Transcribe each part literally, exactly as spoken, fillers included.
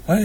はい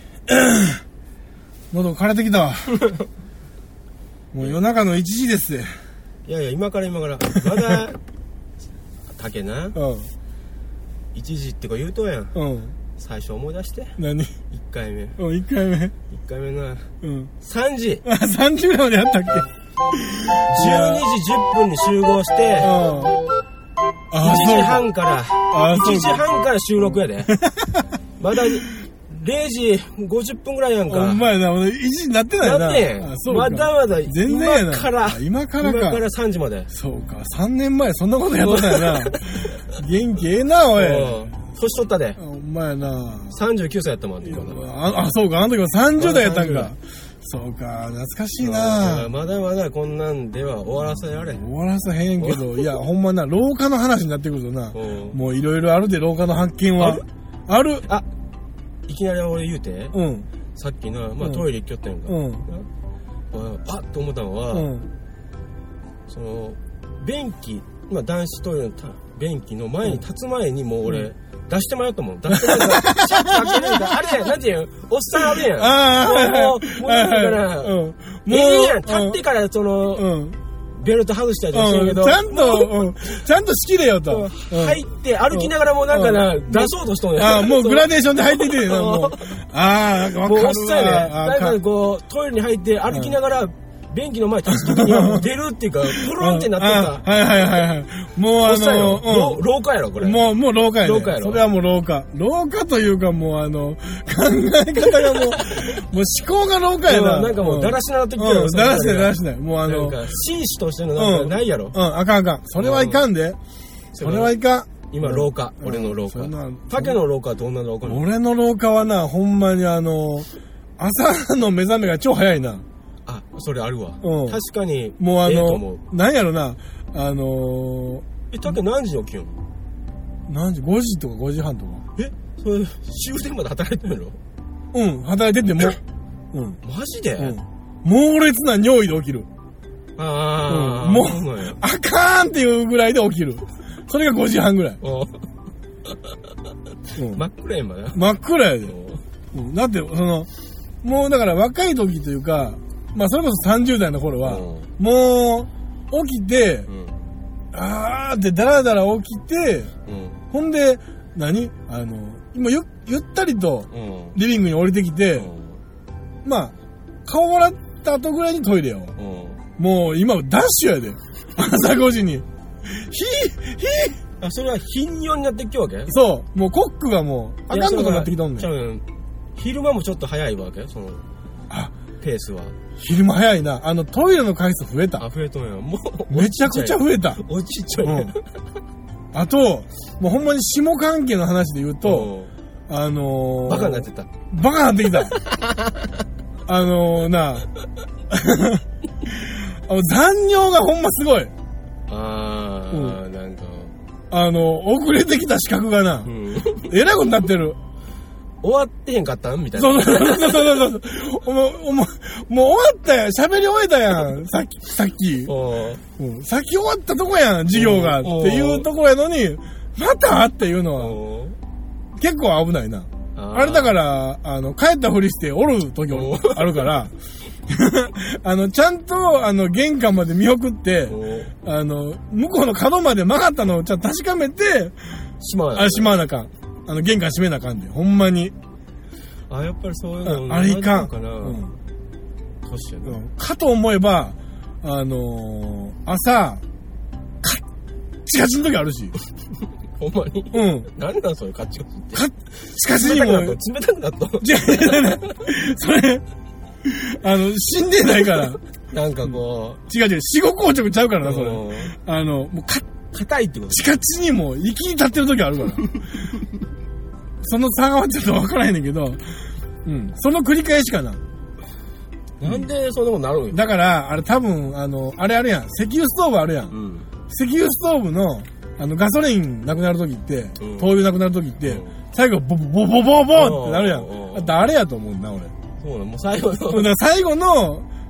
喉枯れてきたわもう夜中のいちじですよ。 いやいや今から今からまだ竹な、うん、いちじってか言うとやん、うん、最初思い出して何いっかいめうんいっかいめいっかいめな、うん、さんじあさんじぐらいまでやったっけじゅうにじじゅっぷんに集合して、うん、いちじはんからいちじはんから収録やでまだれいじごじゅっぷんぐらいやんか。 お前な、俺いちじになってないな。 だってまだまだ全然やな。 今から今からか今からさんじまで。 そうか、さんねんまえそんなことやってたよな元気ええなおい。 年取ったで。 お前なさんじゅうきゅうさいやったもんね。 ああそうか、あの時もさんじゅうだいやったんか。そうか、懐かしいな。 まだまだこんなんでは終わらせられん。 終わらせへんけど、いやほんまな、廊下の話になってくるとな、もういろいろあるで、廊下の発見は。あるあいきなり俺言うて、うん、さっきな、まあ、トイレ行きよったんやんか、うんまあ、あっと思ったのは、うん、その便器、まあ、男子トイレの便器の前に立つ前にもう俺、うん、出してもらったもん。出してもらったシャッと開けるんだ。あれやん、なんていうおっさんあれやん。 ああ、もう、 もう、もうだから、うん、もうええやん、立ってからその、うんベルト外したりとかしてるけど、 うん、ちゃんと、うん、ちゃんと仕切れよと、うん、 入って歩きながらもなんかな、うん、出そうとしとんや。あもうグラデーションで入っててなもうああなんか分かるわ。もうおっさんやね。 なんかこうトイレに入って歩きながら便器の前立つ時には出るっていうかプロンってなってた。 はいはいはいはい。もうあの、 うん、廊下やろこれ。 もうもう廊下やね。 廊下やろ。 それはもう廊下。廊下というかもうあの考え方がもうもう思考が廊下やな。 なんかもうだらしなってきてる。 だらしないだらしない。もうあの紳士としてのなんかないやろ。 うん、あかんあかん。それはいかんで。それはいかん。 今廊下、俺の廊下。竹の廊下はどんな廊下？ 俺の廊下はな、ほんまにあの朝の目覚めが超早いな。 あ、それあるわ。うん、確かに。 もうあの、なんやろな、あのー、 え、たけ何時に起きるの？ 何時 ?ごじとかごじはんとか。 え、それ、終電まで働いてるの？ うん、働いてても。 うん。マジで？うん。 猛烈な尿意で起きる。 ああ、 うん、もう、あかーんっていうぐらいで起きる。それがごじはんぐらい。 うん、真っ暗やんまだ。 真っ暗やで。うん、だって、その、もうだから若い時というか、まあそれこそさんじゅうだいの頃は、うん、もう起きて、うん、あーってダラダラ起きて、うん、ほんで何あの今 ゆ, ゆったりとリビングに降りてきて、うん、まあ顔洗った後ぐらいにトイレよ、うん、もう今ダッシュやで朝ごじにヒーヒーあそれは頻尿になってきたわけ？ そうもうコックがもうあかんことになってきたんねん。 昼間もちょっと早いわけそのあペースは。 昼間早いな。あのトイレの回数増えた。 あ増えとんや。もうめちゃくちゃ増えた。 おちっちゃいね、 うん、あともうほんまに下関係の話で言うとあのー、 バカになってた。 バカになってきたあのー、な残尿がほんますごい。 あー、うん、なんかあの遅れてきた資格がな、うん、えらいことになってる。 終わってへんかったんみたいな。 そうそうそうそうそう。おもおももう終わったやん。喋り終えたやん。さっき、さっき。うん、さっき終わったとこやん。授業が。っていうとこやのに、またっていうのは、結構危ないな。あ, あれだから、あの、帰ったふりしておる時もあるから、あの、ちゃんと、あの、玄関まで見送って、あの、向こうの角まで曲がったのをちゃんと確かめて、 しまわなあ、しまわなあかん。あの玄関閉めなあかんで、ほんまに。 あ、やっぱりそういうのあれいかん。 かな、うん、 確かに、うん。かと思えば、あのー、朝、カッチカチの時あるし。 ほんまにうん。なんなんそれカッチカチって。 カッチカチにも。 冷たくなった。 違う違う違う。それ、あの、死んでないから。 なんかこう。違う違う。死後硬直ちゃうからな、それ。あの、もうカッ硬いってこと？ チカチにも息に立ってる時あるからその差はちょっと分からへんねんけど、うん、その繰り返しかな。 なんでそんなことなるんや。 だからあれ多分あのあれあるやん、石油ストーブあるやん、うん、石油ストーブのあのガソリンなくなる時って、うん、灯油なくなる時って、うん、最後ボボボボボボってなるやん。だってあれやと思うんだ俺。 そうなのもう最後のだから最後の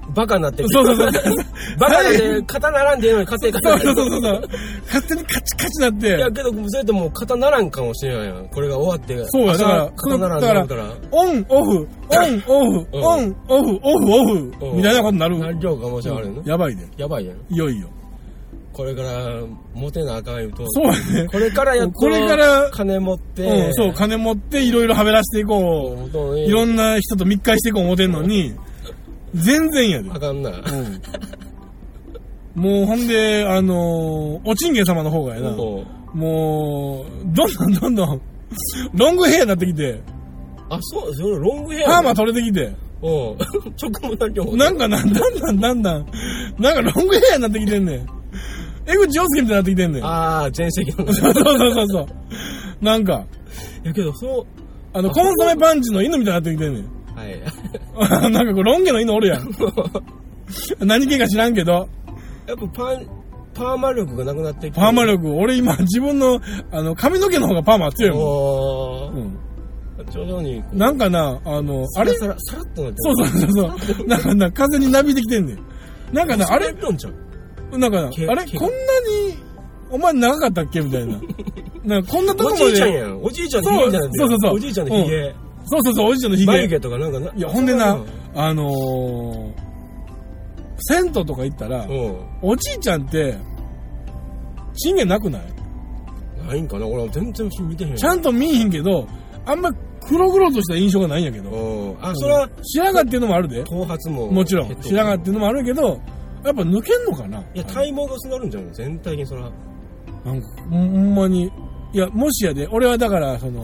バカになってくる。 そうそうそう。 バカで肩ならんでええのに勝手に肩そうそうそうそう。勝手にカチカチなって。 いやけど、それともう肩ならんかもしれないやん。これが終わって。 そうや、だから、 肩ならんで思ったら。 オン、オフ、オン、オフ、オン、オフ、オフ、オフ、みたいなことになる。 なるかもしれないの。 やばいね。 やばいやん。 いよいよ。 これからモテなあかん言うと。 そうやね。 これからやっとこれから金持って、 うん、そう、金持っていろいろはべらしていこう。いろんな人と密会していこう思ってんのに、全然やで。 あかんな。うん。 もうほんで、あのー、おちんげ様の方がやな。もう、どんどんどんどん、ロングヘアになってきて。 あ、そう、それロングヘアパーマ取れてきて。 うん。直毛なりょなんかな、だんだんだんだん、なんかロングヘアになってきてんねん。江口洋介みたいになってきてんねん。 ああ、全席の。 そうそうそうそう。なんか。 いやけど、そう。 あの、コンソメパンチの犬みたいになってきてんねん。 はい。 なんかこう、ロン毛の犬おるやん。何系か知らんけど。 やっぱパン、パーマ力がなくなってきて。 パーマ力。俺今、自分の、あの、髪の毛の方がパーマ強いもん。 おー。うん。徐々に。 なんかな、あの、あれさら、さらっとなってる。 そうそうそうそう。なんかな、風になびいてきてんねん。なんかな、あれなんかな、あれこんなに、お前長かったっけみたいな。なんかこんなとこまで。 おじいちゃんやん。おじいちゃんのヒゲじゃないそうそうそう。 おじいちゃんのヒゲ。 そうそうそう、おじいちゃんのヒゲ。 眉毛とかなんかな。 いや、ほんでな、あのー、銭湯とか行ったら、おじいちゃんって、チンゲなくない？ ないんかな？俺は全然見てへん。 ちゃんと見えへんけど、あんま黒々とした印象がないんやけど。 あ、それは、 白髪っていうのもあるで。 頭髪も。 もちろん。白髪っていうのもあるけど、やっぱ抜けんのかな？ いや、体毛がすなるんじゃないの？全体にそら。 なんか、ほんまに。いや、もしやで、俺はだから、その、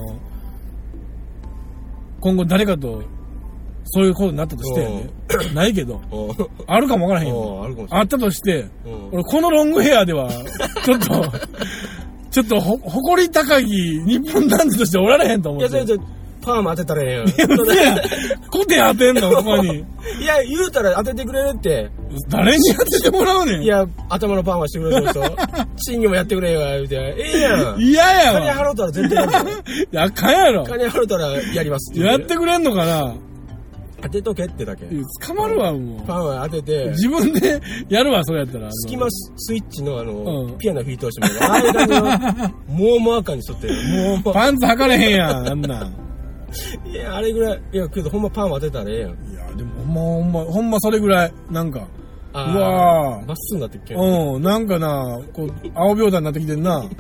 今後誰かと、そういうことになったとしてやで、ないけど、あるかもわからへんよ。あったとして、俺このロングヘアでは、ちょっと、ちょっとほ、誇り高き日本男児としておられへんと思って。いや、それパーマ当てたらええやん。 いや、コテ当てんのここに。 いや、言うたら当ててくれるって。 誰に当ててもらうねん。 いや、頭のパーマしてくれる人。審議もやってくれよ、みたいな。ええやん。 嫌やわ。 金払うたら絶対やる。 いや、あかんやろ。 金払うたらやりますって。 やってくれんのかな？ 当てとけってだけ。 捕まるわ、もう。 パーマ当てて。 自分でやるわ、そうやったら。 隙間スイッチのあの、ピアノ弾いてほしいもん。ああいう感じの、もうもう赤にしとって。もう。 パンツ履かれへんやん、あんなん。 いや、あれぐらい。いや、けどほんまパン当てたらええやん。 いや、でもほんまほんま、ほんまそれぐらい。なんか。うわぁ。 まっすぐなってっけ。 うん、なんかな、こう、青秒弾になってきてんな。うん。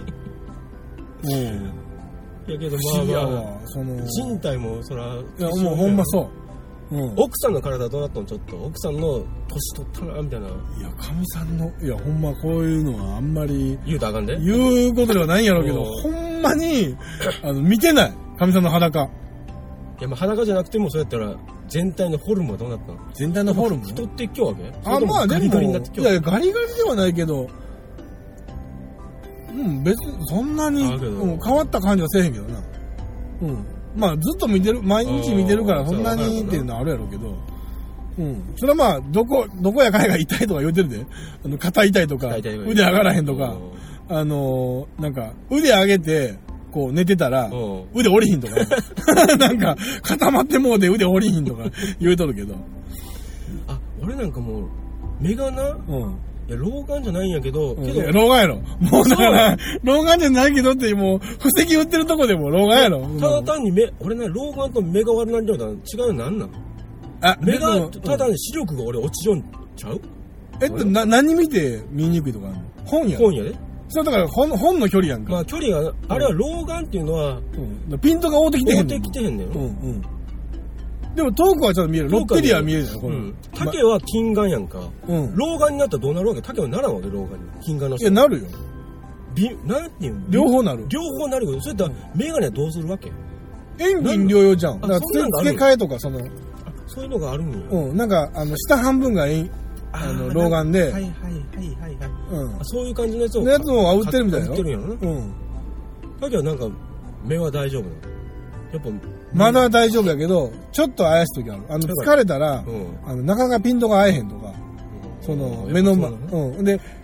いやけどまあまあ、その人体もそら。いや、もうほんまそう。 うん、奥さんの体どうなったのちょっと奥さんの年取ったなみたいな。いや、かみさんの、いや、ほんまこういうのはあんまり言うたらあかんで言うことではないんやろうけど、ほんまにあの見てない、かみさんの裸。 いや、まあ裸じゃなくてもそうやったら全体のフォルムはどうなったの？ 全体のフォルム太っていきょうわけ？ あ、まあでもガリガリになってきょう。いや、ガリガリではないけど、うん、別にそんなに、うん、変わった感じはせえへんけどな。うん。まあずっと見てる、毎日見てるからそんなにっていうのはあるやろうけど、うん。それはまあ、どこ、どこやかいが痛いとか言うてるで。あの、肩痛いとか、腕上がらへんとか、あのー、なんか、腕上げて、こう寝てたら、腕折りひんとか、なんか、固まってもうで腕折りひんとか言うとるけど。 あ、俺なんかもう、目がな、うん。いや、老眼じゃないんやけど、けど、 老眼やろ。もうだから、老眼じゃないけどって、もう、布石売ってるとこでも老眼やろ。 ただ単に目、俺ね、老眼と目が悪なりようだ違うのなんなん？あ、目が、ただね、視力が俺落ちよんちゃう？ えっと、な、何見て見にくいとかあるの？本や。 本やで。 それだから本、本の距離やんか。 まあ距離が、あれは老眼っていうのは、 うん、ピントが合うてきてへんねん。 合うてきてへんねん。うんうん。 でも遠くはちょっと見える。ロッテリアは見えるじゃん、これ。 竹は近眼やんか。うん。老眼になったらどうなるわけ？竹はならんわけ、老眼に。近眼の人。 いや、なるよ。 び、なんていうの？ 両方なる。 両方なるけど、それとメガネはどうするわけ？ 遠近両用じゃん。だから付け替えとか、その。 そういうのがあるんや。 うん。なんか、あの、下半分があの、老眼で。はいはいはいはいはい。うん。そういう感じのやつを。 のやつも売ってるみたいな。 売ってるんやろな。うん。竹はなんか、目は大丈夫なの？やっぱ、 まだ大丈夫やけど、ちょっと怪しい時ある。あの、疲れたら、うん、あの、なかなかピントが合えへんとか、うん、その、目の前、うん。で、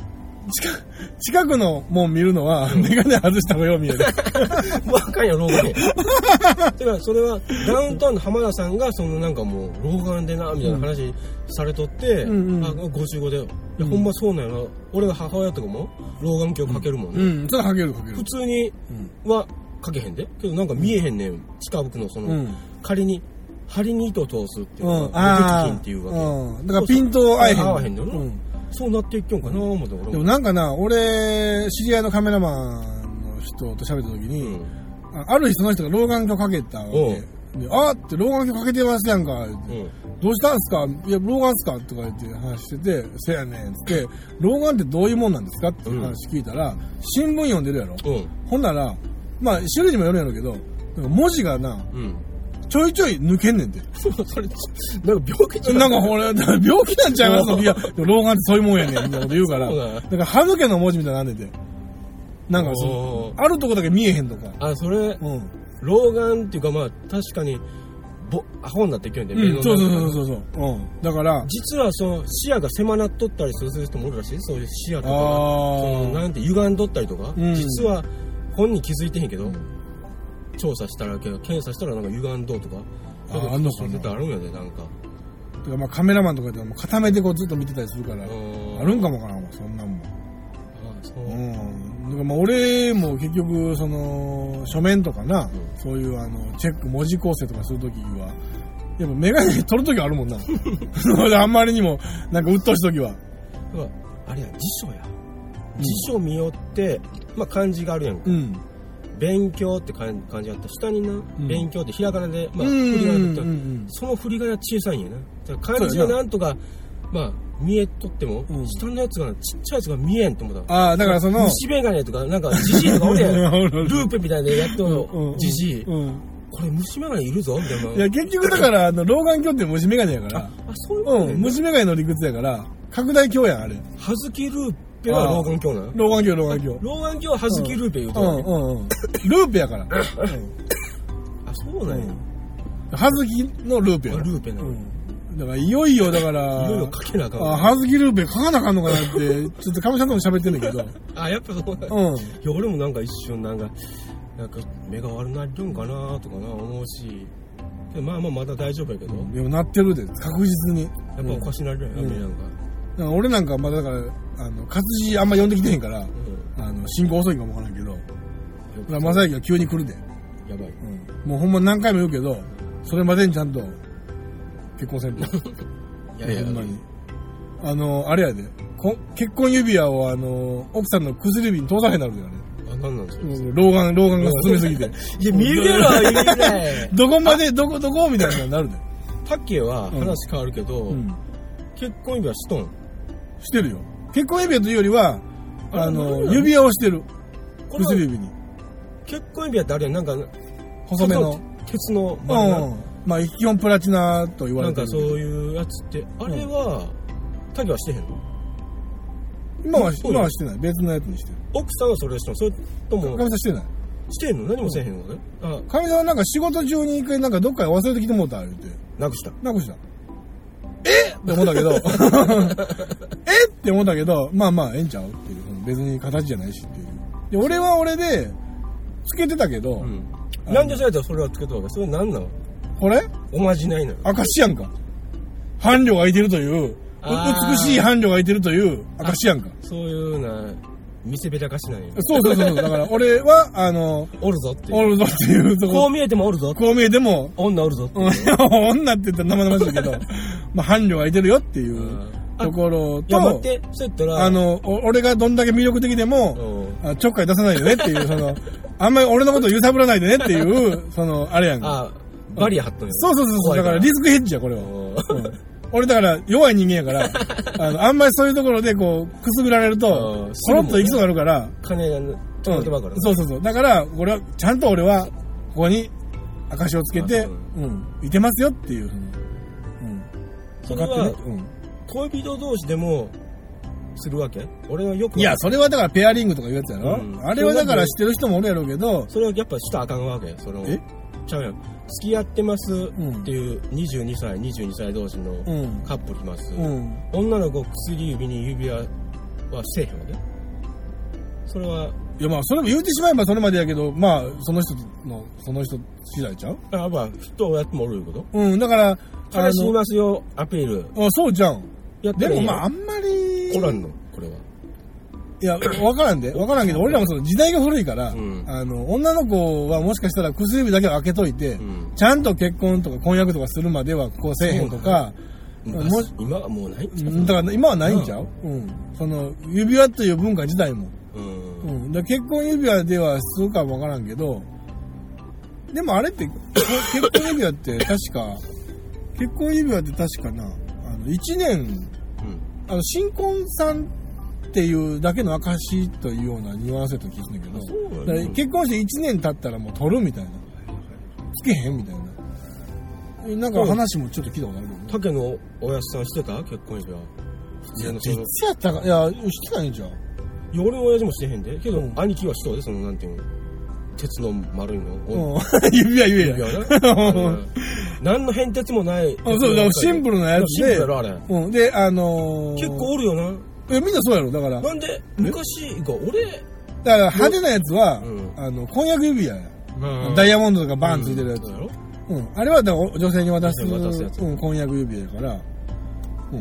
近近くのもん見るのは、メガネ外した方がよう見える。 もうあかんや老眼。だからそれはダウンタウンの浜田さんがそのなんかもう老眼でなみたいな話されとって、うんうん、あごじゅうごで、いや、うん、ほんまそうなんやな。俺が母親とかも老眼鏡かけるもんね。 うん、うん、それはかけるかける。 普通にはかけへんで。けどなんか見えへんねん。近くのその、うん、仮に針に糸を通すっていうのができひんっていうわけ。 うん、だからピント合えへん。 合わへんのよな。うん、そうなっていっきょんかな思って俺も。 でもなんかな、俺知り合いのカメラマンの人と喋った時に、うん、ある日その人が老眼鏡かけたわけで、あーって老眼鏡かけてますやんかって、うん、どうしたんすか、いや老眼っすかとか言って話してて、せやねんっつって老眼ってどういうもんなんですかって話聞いたら、うん、新聞読んでるやろ、うん、ほんならまあ種類にもよるんやろうけど、なんか文字がな、うん、ちょいちょい抜けんねんて。 それ、なんか病気ちゃうなんかほら、病気なんちゃいますのいや、老眼ってそういうもんやねんみたいなこと言うから、だから歯抜けの文字みたいなのあんねんて。なんかそう、あるとこだけ見えへんとか。 あ、それ、うん、老眼っていうかまあ確かに、ぼ、アホになっていくんで、 うん、そうそうそうそうそう。うん。だから、 実はその視野が狭なっとったりする人もおるらしい。そういう視野とか、そのなんて歪んどったりとか、うん、実は本人気づいてへんけど、うん、調査したらけど検査したらなんか歪んどうとかああんのかな絶対あるんやでなんかてかまあカメラマンとかでも固めてこうずっと見てたりするからあるんかもかなそんなんもああそう、うん、だからまあ俺も結局その書面とかな、うん、そういうあのチェック文字構成とかするときはやっぱメガネ取るときあるもんなあんまりにもなんかうっとうしいときはあれや辞書や、うん、辞書見よってまあ漢字があるやんか、うん勉強って漢字あった下にな、うん、勉強ってひらがなで、まあ、振り仮名だったら、その振り仮名小さいんやな。だから漢字がなんとか、まあ、見えとっても、うん、下のやつが、ちっちゃいやつが見えんって思った。 ああ、だからその、 虫眼鏡とか、なんか、ジジイとかおるやん。ループみたいなやっとるジジイ。これ虫眼鏡いるぞみたいな。 いや、結局だから、あの、老眼鏡って虫眼鏡やから。 あ、あそういうことね。 うん、虫眼鏡の理屈やから、拡大鏡やん、あれ。 はずきループ。は老眼鏡なの老眼鏡、老眼鏡。 老眼鏡ははずきルーペ言うと、 ね。うんうんうん。ルーペやから。うん、 あ、そうなんや。 はずきのルーペや。 ルーペなの、うん。 だからいよいよだから、 いよいよ書けなあかん。 あ、はずきルーペ書かなあかんのかなって、ちょっとかみさんとも喋ってんだけど。 あ、やっぱそうなんや。うん。いや、俺もなんか一瞬なんか、なんか目が悪なるんかなとかな思うし、まあまあまだ大丈夫やけど。うん、 でもなってるで、確実に。 やっぱおかしなるやん、目、うん、なんか。 なんか俺なんかまだだから、あの活字あんま読んできてへんから、うん、あの進行遅いんかもわからんけど、正行が急に来るで。 やばい、 うん。もうほんま何回も言うけど、それまでにちゃんと結婚せんと。いやいや、ほんまに。 あの、あれやで。結婚指輪をあの、奥さんの薬指に通さへんなるで、あれ。 あ、なんなんですか、うん、 老眼、老眼が進みすぎて。 いや、見るやろ、見るね。 どこまで、どこ、どこみたいなになるで。 パッケーは話変わるけど、うん、結婚指輪しとんしてるよ。結婚指輪というよりは、あの、指輪をしてる。薬指に。 結婚指輪ってあれやん、なんか、 細めの。 鉄の、 まあ、うん、まあ、基本プラチナと言われてる。 なんかそういうやつって、あれは、タギはしてへんの今は、今はしてない。別のやつにしてる。 奥さんはそれでしたのそれとも。 かみさんしてない。 してんの何もせえへんのね。 かみさんはなんか仕事中に一回なんかどっかで忘れてきてもうた言うて。 なくした。 なくした。えって思ったけど、えって思ったけど、まあまあ、ええんちゃうっていう。別に形じゃないしっていう。で、俺は俺で、つけてたけど。うん、 なんでそうやったらそれはつけたわけそれ何なのこれおまじないなの証やんか。伴侶が空いてるという、美しい伴侶が空いてるという証やんか。 そういうな、見せべらかしないよ。 そうそうそう。だから俺は、あの、 おるぞっていう。 おるぞっていうとこ。 こう見えてもおるぞ。 こう見えても。 女おるぞっていう。 女って言ったら生々しいけど、まあ伴侶がいてるよっていうところと、 いや待って、そうやったら、 あの、俺がどんだけ魅力的でも、ちょっかい出さないでねっていう、その、あんまり俺のこと揺さぶらないでねっていう、その、あれやんか。 あ、バリア張っとる。 そうそうそう。だからリスクヘッジや、これは。俺だから弱い人間やから、あの、あんまりそういうところでこう、くすぐられると、コロッといきそうになるから、 金が止まってまうから、 そうそうそう。だから、俺は、ちゃんと俺は、ここに、証をつけて、うん、いてますよっていう。うん。 それは、恋人同士でも、するわけ俺はよく。 いや、それはだからペアリングとかいうやつやろ、うん、あれはだから知ってる人もおるやろうけど。 それはやっぱしたらあかんわけその。えちゃうやん。付き合ってますっていうにじゅうにさい、にじゅうにさい同士のカップルいます。うん、女の子薬指に指輪はせえへんわそれは。 いやまあそれも言うてしまえばそれまでやけど、まあその人のその人次第ちゃう？ あ、まあ人をやってもおるいうこと？ うん、だから彼氏いますよアピール。 あ、そうじゃん。 やってでもまああんまりおらんのこれは。 いや分からんで分からんけど俺らもその時代が古いから、うん、あの女の子はもしかしたら薬指だけは開けといて、うん、ちゃんと結婚とか婚約とかするまではこうせえへんとか。 もし今はもうないんちゃう？ だから今はないんちゃう？うん。その指輪という文化自体も。うん。うん、だ結婚指輪ではするかもわからんけど、でもあれって結婚指輪って確か結婚指輪って確かなあのいちねん、うん、あの新婚さんっていうだけの証というようなニュアンスやった気がするんだけど、そうだね、結婚していちねん経ったらもう取るみたいな、つけへんみたいな。なんか話もちょっと聞いたことあるけど、ね、 竹のおやすさんしてた結婚指輪。 いつやったか、いやしてないんじゃん。いや俺の親父もしてへんでけど、うん、兄貴はしとうでそのなんていうの鉄の丸いの、 うん、指輪指輪指輪な何の変哲もないあそうだシンプルなやつでシンプルやろあれ、 うん、であのー、 結構おるよな。 えみんなそうやろだからなんで昔が俺だから派手なやつは、うん、あの婚約指輪や、うん、ダイヤモンドとかバーンついてるやつ、うん、うん、あれはだから女性に渡す、 渡すやつ、 うん、婚約指輪やから、 うん、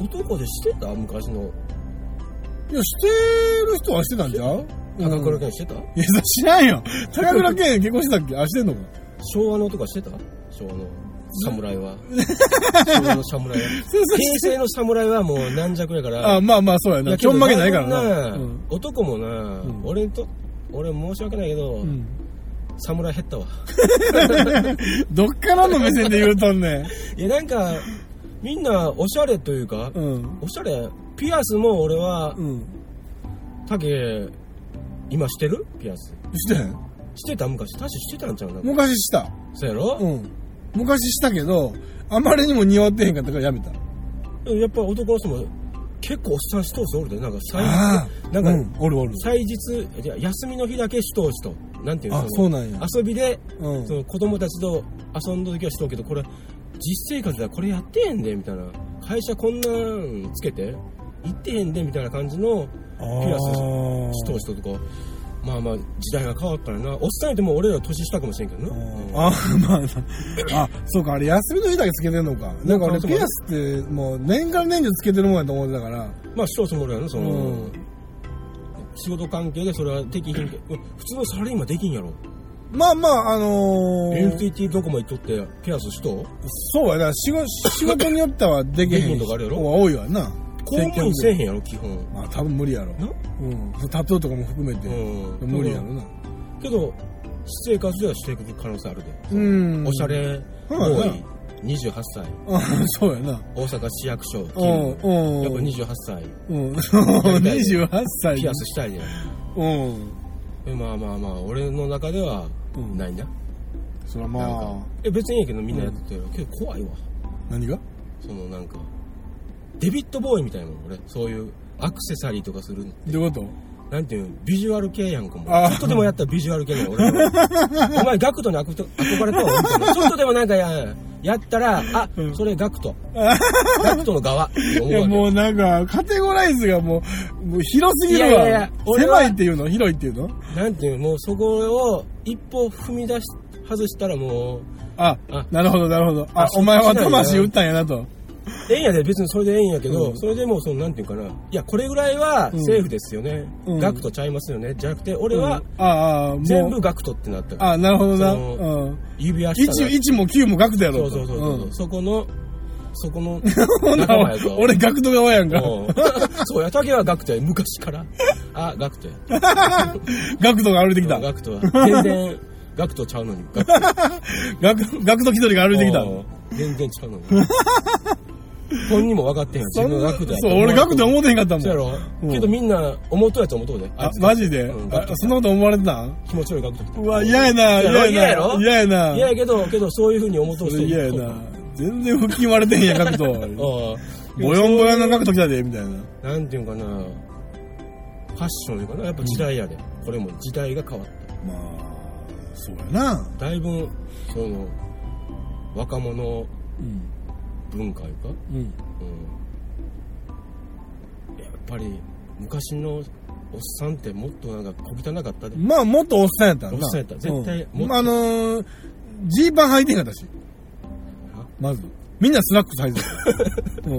男でしてた昔の。 いやしてる人はしてたんじゃう？ 高倉健してた？いや知らんよ。高倉健結婚してたっけ？あしてんのか？ 昭和の男してた？昭和の侍は昭和の侍は平成の侍はもう軟弱やから。 あまあまあそうやな。ちょんまげないからな。 うん、男もな、うん、俺と俺申し訳ないけど。うん侍減ったわどっからの目線で言うとんねんいやなんかみんなおしゃれというか、うん、おしゃれピアスも俺は、うん、竹今してるピアスしてへんしてた昔確かしてたんちゃうな昔したそうやろ、 うん、昔したけどあまりにも似合ってへんかったからやめた。 やっぱ男の人も結構おっさんしとう人おるでなんか祭日なんか、うん、おるおる祭日じゃ休みの日だけしとう人なんていうのあそうなんや遊びで、うん、その子供たちと遊んだ時はしとうけどこれ実生活ではこれやってへんでみたいな会社こんなんつけて行ってへんでみたいな感じのピアスしとう人とかまあまあ時代が変わったらなおっさんでも俺ら年下かもしれんけどなあ、うん、あまああそうかあれ休みの日だけつけてんのかなんか俺ピアスってもう年がら年中つけてるもんやと思ってたからまあしとうつもりやなその、うん、仕事関係でそれはできひんけど普通のサラリーマンできんやろまあまああのー、 エヌティーティー どこも行っとってピアスしとうそうやな仕事仕事によってはできへんとかあるやろ多いわな公務員せえへんやろ基本まあ多分無理やろな、うん、タトゥーとかも含めて、うん、無理やろなけど私生活ではしていく可能性あるでうんおしゃれ多いにじゅうはっさいそうやな大阪市役所勤務やっぱにじゅうはっさいうんにじゅうはっさいピアスしたいでうんまあまあまあ俺の中ではないな、うん、 それはまあえ別にいいけどみんなやってて、うん、けど怖いわ何がそのなんかデビッドボーイみたいなの俺そういうアクセサリーとかするどういうことなんていうのビジュアル系やんかもちょっとでもやったらビジュアル系やん俺お前ガクトに憧れたわみたいなちょっとでもなんかややったらあ、うん、それガクトガクトの側って思うわけ。いやもうなんかカテゴライズがもう、もう広すぎるわ。いやいやいや狭いっていうの広いっていうのなんていうのもうそこを一歩踏み出し外したらもうああなるほどなるほどあお前は魂打ったんやなとええんやで別にそれでええんやけど、うん、それでもそのなんていうかないやこれぐらいはセーフですよね、うん、ガクトちゃいますよねじゃなくて俺は、うん、ああ全部ガクトってなったらあなるほどな、うん、 指輪したらいち, いちもきゅうもガクトやろそうそうそうそう、うん、そこのそこの仲間やと俺ガクト側やんかそうや竹はガクトや昔からあガクトやガクトが歩いてきたガクトは全然ガクトちゃうのにガクトガクガクト気取りが歩いてきた全然ちゃうのに本人も分かってんやん自分がガクトやそう俺ガクト思ってへんかったもんそうやろ、うん、けどみんな思うとやつ思うとであマジで、うん、あそんなこと思われてた気持ち悪いガクト来たうわ嫌やな嫌やろ嫌やな嫌やけどけどそういう風に思うとして嫌やな全然腹筋割れてへんやガクトボヨンボヨンのガクト来たでみたいななんていうんかなファッションかなやっぱ時代やで、うん、これも時代が変わったまあそうやなだいぶその若者文化いうか、うんうん、やっぱり昔のおっさんってもっとなんか小汚かったで。 まあもっとおっさんやったんな。 おっさんやった絶対、 うん、あのー、ジーパン履いてんかったし、まずみんなスラックス履いてた、うん、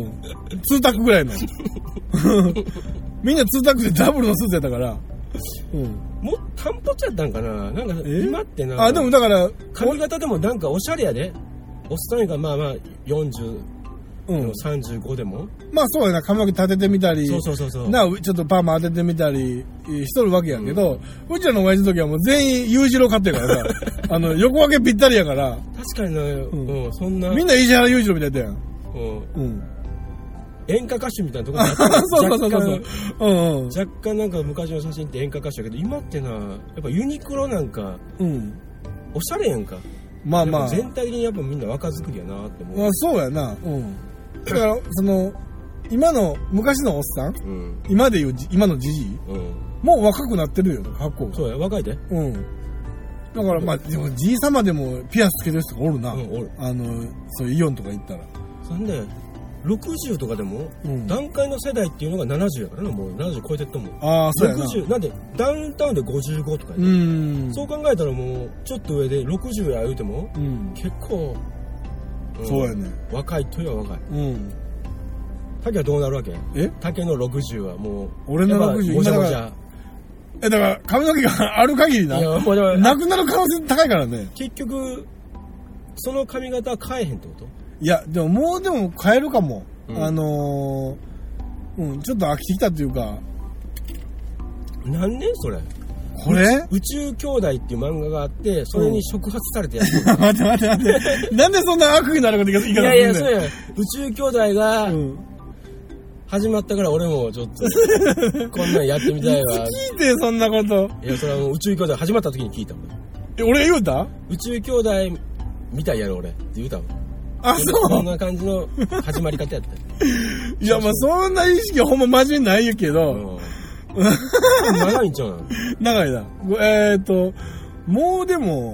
ツータックぐらいのみんなツータックでダブルのスーツやったから、 うん、もう単発やったんかな。なんか今ってな、 あでもだから髪型でもなんかおしゃれやで。おっさんがまあまあよんじゅう、うん、さんじゅうごでもまあそうやな、髪の毛立ててみたり、 そうそうそうそうな、ちょっとパーマ当ててみたりしとるわけやけど、うん、うちらの親父の時はもう全員 U 字路買ってるからさあの横分けぴったりやから。 確かにな、うんうん、そんなみんな石原裕次郎みたいだやん、 うん、うん、演歌歌手みたいなところにあったそうそうそうそう、うんうん、 若干なんか昔の写真って演歌歌手やけど、今ってなやっぱユニクロなんか、うん、おしゃれやんか。まあまあ全体的にやっぱみんな若作りやなって思う。 まあそうやな、うん、だからその今の昔のおっさん、うん、今でいう今のじじい、うん、もう若くなってるよ格好が。 そうや、若いで。 うん。だからまあでもじいさまでもピアスつけてる人がおるな、うん、おる。あのそういうイオンとか行ったら。 なんでろくじゅうとかでも、うん、段階の世代っていうのがななじゅうやからな、もうななじゅう超えてると思う。 ああ、そうやな。 ろくじゅうなんでダウンタウンでごじゅうごとかや、ね、うんそう考えたらもうちょっと上でろくじゅうや言うても、うん、結構、 うん、そうやね。 若いといえば若い。うん。竹はどうなるわけ？え？竹のろくじゅうはもう俺のろくじゅうごじゃごじゃ。えだから髪の毛がある限りな、いやもうなくなる可能性高いからね。 結局その髪型は変えへんってこと？ いやでももうでも変えるかも、うん、あのー、うんちょっと飽きてきたっていうか。 何年それ？ これ宇宙兄弟っていう漫画があってそれに触発されてやつ、 うん、待って待って待ってなんでそんな悪意のあること言い方するんだよ。 いやいやそうや宇宙兄弟が始まったから俺もちょっとこんなんやってみたいわ。 聞いてそんなこと。 いやそれはもう宇宙兄弟始まった時に聞いたもん。 え俺言うた？ 宇宙兄弟みたいやろ俺って言うたもん。 あそうそんな感じの始まり方やったいやまあそんな意識はほんま真面目ないけど、うん長いんちゃうの？ 長いな。えーっともうでも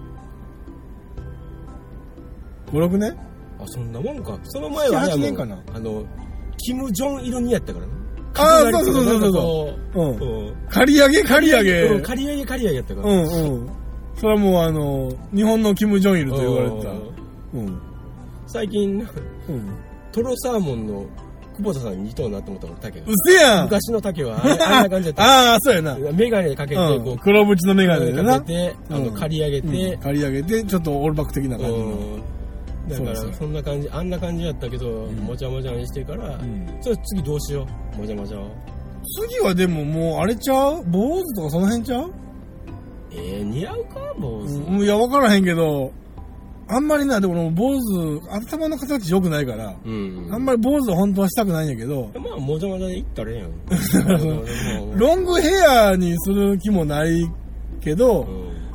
ご、ろくねん？ あそんなもんか。その前ははちねんかな。 あのキム・ジョンイルにやったからね。 ああそうそうそうそうそう、うんうん、借り上げ借り上げ、 うん、借り上げ借り上げやったから。 うんうんそれはもうあの日本のキム・ジョンイルと言われてた。うん、 最近、うん、トロサーモンの久保田さんに似とうなって思ったもん、竹が。 うせやん昔の竹はあんな感じだった。 ああ、そうやな。 メガネかけて、こう、 うん、黒縁のメガネでな。 かけて、あの、刈り上げて、 うん、刈り上げて、ちょっとオールバック的な感じの。 だから、そんな感じ、あんな感じやったけど、うん、もちゃもちゃにしてから、うん、それ次どうしよう、もちゃもちゃを。 次はでももう、あれちゃう坊主とかその辺ちゃうえー、似合うか坊主。 うん、いや、わからへんけど、あんまりな、でも坊主、頭の形良くないから、うんうん、あんまり坊主は本当はしたくないんやけど。 まあ、もじゃもじゃでいったらええやん。 ロングヘアにする気もないけど、うん、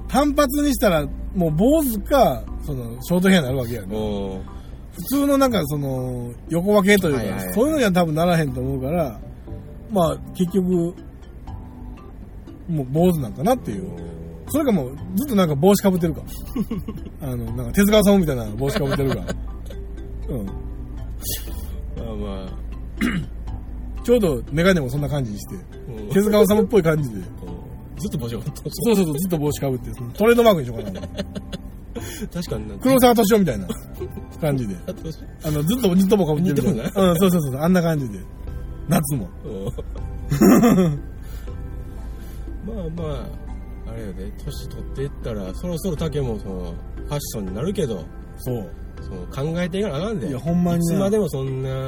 単発にしたら、もう坊主か、その、ショートヘアになるわけやね。普通のなんか、その、横分けというか、はいはいはい、そういうのには多分ならへんと思うから、まあ、結局、もう坊主なんかなっていう。それかもうずっとなんか帽子かぶってるかあのなんか手塚さんみたいな帽子かぶってるかうんまあまあちょうどメガネもそんな感じにして、うん、手塚さんっぽい感じで、うん、 ずっと帽子かぶってそうそうそうずっと帽子かぶってトレードマークにしようかな確かに黒沢敏夫みたいな感じであのずっとニット帽かぶってるみたいなうんそうそうそうあんな感じで夏もまあまああれやで年取っていったらそろそろ竹もそのファッションになるけどそうその考えていかなあかんで。 いやほんまにいつまでもそんな、うん、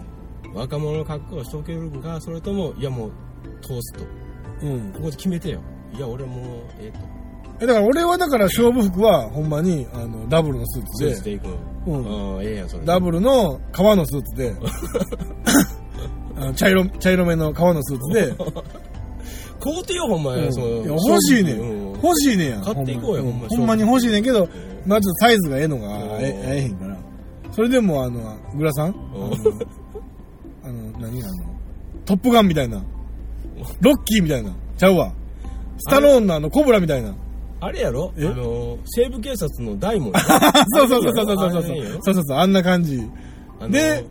若者の格好をしておけるんかそれともいやもう通すと、うん、ここで決めてよ。いや俺もうええとえだから俺はだから勝負服はほんまにあのダブルのスーツでスーツでいくの、うん、ああええやんそれダブルの革のスーツであの茶色茶色めの革のスーツで買うてよほんまや、うん、その欲しいねん、うん、欲しいねんや買っていこうよほんまほんまに欲しいねんけど、まあちょっとサイズがええのがええへんからそれでもあのグラさんあのあの何あのトップガンみたいなロッキーみたいなちゃうわスタローンのあのコブラみたいなあれやろあの西部警察の大門そうそうそうそうそうそうそうそうそうそうあんな感じで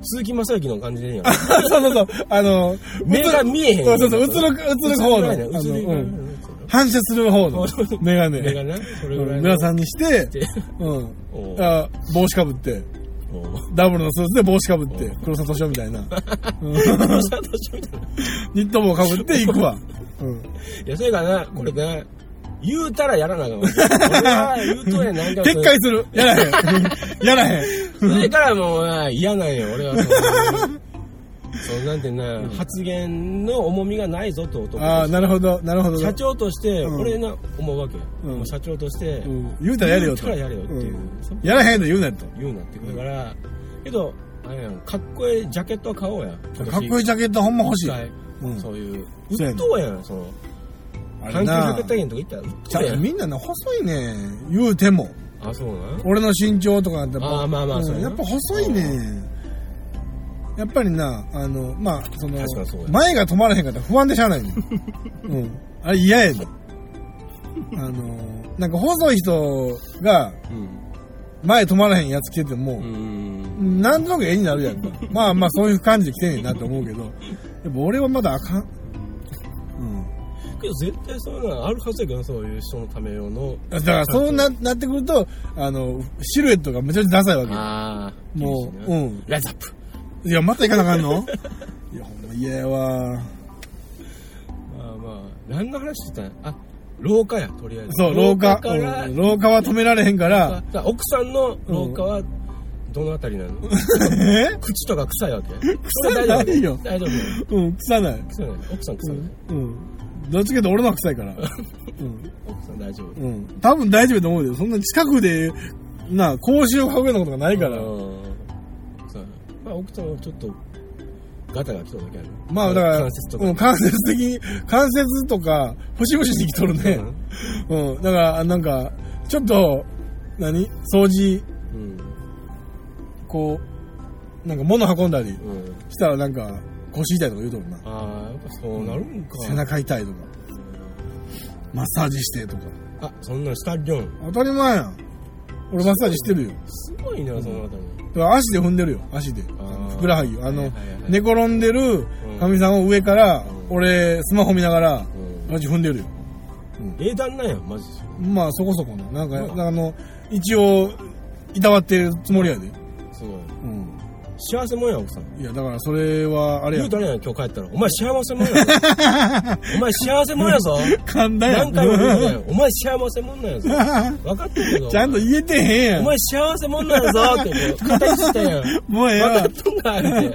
鈴木正幸の感じでいいやん。 そうそうそう。あの、 目が見えへん。 そうそうそう、映る、映る方の。あの、うん。反射する方のメガネ。 メガネそれぐらい。 メガさんにして、うん。あ帽子かぶって、ダブルのスーツで帽子かぶって、黒沢敏夫みたいな。黒沢敏夫みたいな。ニット帽かぶって行くわ。うん。 いや、それからな、これね、言うたらやらなあかん。俺は言うとやなんか。 撤回する。やらへん。やらへん。 それからもう嫌なんよ、俺は。そうなんてな、うん、発言の重みがないぞと男。 ああ、なるほど、なるほど。 社長として、俺な、思うわけ。うん、社長として、うん、 言うたらやれよと。 言うたらやれよっていう。うん、 やらへんと言うなと。 言うなって。だから、けど、あれやん、かっこいいジャケットは買おうや。 かっこいいジャケットほんま欲しい。 うん、そういう。うっとうやん、その。阪急百貨店とか行ったらうっとうやん。 みんなね、細いね。言うても。 あ、そうな。 俺の身長とかだったら。 ああ、まあまあ、そうやっぱ細いね。やっぱりな、あの、まあ、その、前が止まらへんかったら不安でしゃあないね。うん。あれ嫌やね。あの、なんか細い人が、前止まらへんやつ着てても、なんとなく絵になるやんか。まあまあそういう感じで着てんねんなと思うけど、やっぱ俺はまだあかん。うん。 けど絶対そういうのはあるはずやけど、そういう人のため用の。 だからそうな、なってくると、あの、シルエットがめちゃくちゃダサいわけよ。 ああ。 もう、うん。 ライズアップ。 いや、また行かなあかんのいや、ほんま嫌やわ。 まあまあ、何の話してたんや。あ、廊下や、とりあえず。 そう、廊下。廊下、うん、廊下は止められへんから。 奥さんの廊下は、どのあたりなの、うん、 え口とか臭いわけ臭ないよ。 大丈夫。 うん、臭ない。 臭ない。奥さん臭い。 うん。うん、どっちかというと俺のは臭いから。うん。 奥さん大丈夫。 うん。多分大丈夫と思うよ。そんな近くで、な、格子を買うようなことがないから。 まあ、奥さんはちょっとガタが来とるだけある。 まあだから関節とか、うん、間接的に関節とか節々に来とるね。うん、うん、だからなんかちょっと何掃除、うん、こうなんか物運んだりしたらなんか腰痛いとか言うとるな。 ああ、やっぱそうなるんか。 背中痛いとか、マッサージしてとか。 あ、そんなんしたりょん。 当たり前やん。俺マッサージしてるよ。 すごいな、そのあたり。 だから足で踏んでるよ、足で。ふくらはぎを。あの、はいはいはい、寝転んでるかみさんを上から、うん、俺、スマホ見ながら、うん、足踏んでるよ。 うん、英断なんや、マジで。 まあ、そこそこの。なんか、うん、あの、一応、いたわってるつもりやで。 すごい。うん。幸せもんや、奥さん。 いや、だからそれは、あれや。 言うたらやん、今日帰ったら。お前幸せもんやぞ。お前幸せもんやぞ。 噛んだやん。 何回も言うたよ。お前幸せもんなんやぞ。分かってるけど。 ちゃんと言えてへんやん。 お前幸せもんなんやぞって、こう、形したやん。 もうええわ。 分かっとんか、って。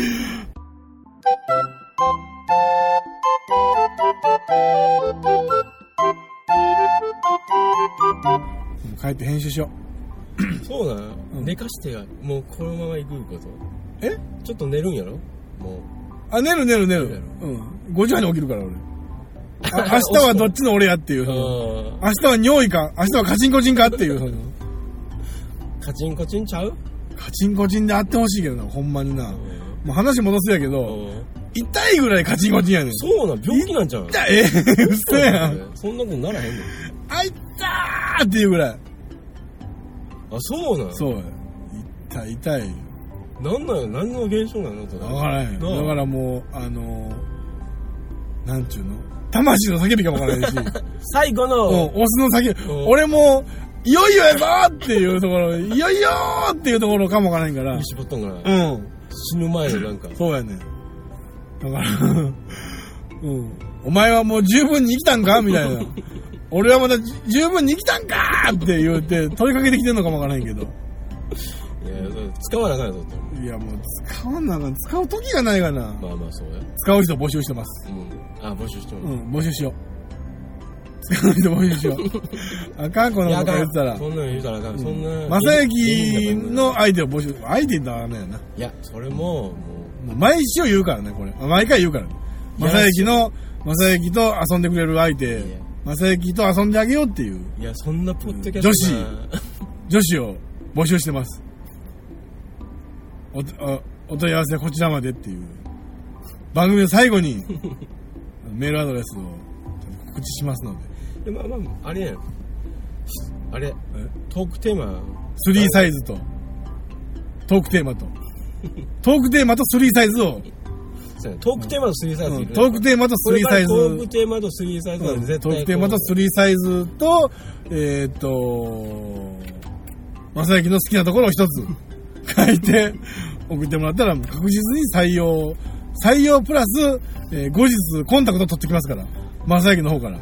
帰って編集しよう。 そうだな、うん、寝かしてやもうこのまま行くことえちょっと寝るんやろもうあ寝る寝る寝るうんごじはんに起きるから俺あ明日はどっちの俺やっていう明日は尿意か明日はカチンコチンかっていうそのカチンコチンちゃうカチンコチンであってほしいけどなほんまになもう話戻すやけど痛いぐらいカチンコチンやねんそうなん病気なんちゃう痛いえ嘘やんそんなことならへんのあいったーっていうぐらいあ、そうなのそう痛い痛いなんなんや何の現象なの分からへんだからもうあのー、なんちゅうの魂の叫びかも分からへんし最後の、 うん、オスの叫び俺もいよいよやぞーっていうところいよいよーっていうところかも分からへんから見絞っとんかなうん死ぬ前のなんかそうやねだからうんお前はもう十分に生きたんかみたいな俺はまだ十分に生きたんかーって言うて問いかけてきてんのかもわからんけどいや使わなあかんやぞっていやもう使わなあかん使う時がないかなまあまあそうや使う人募集してます、 うん、あ募集してますうん募集しよう使う人募集しようあかんこのこと言ったらそんなの言うたらあかん、うん、そんな正幸の相手を募集相手だねやないやそれももうもう毎週言うからねこれ毎回言うからね正幸の正幸と遊んでくれる相手正幸と遊んであげようっていういやそんなポッドキャスト女子女子を募集してますお, お, お問い合わせはこちらまでっていう番組の最後にメールアドレスを告知しますのでまあまああれやんあれトークテーマスリーサイズとトークテーマとトークテーマとスリーサイズを。 トークテーマとスリーサイズいる、ね、 トークテーマとスリーサイズ。 トークテーマとスリーサイズは絶対、 トークテーマとスリーサイズと、えー、っと、正行の好きなところを一つ書いて送ってもらったら確実に採用、採用プラス、えー、後日コンタクト取ってきますから。正行の方から。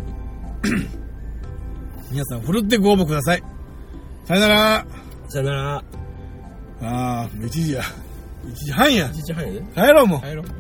皆さん、ふるってご応募ください。さよなら。 さよなら。 ああ、いちじや。いちじはんや。 いちじはんやで。 帰ろうもう。 帰ろう。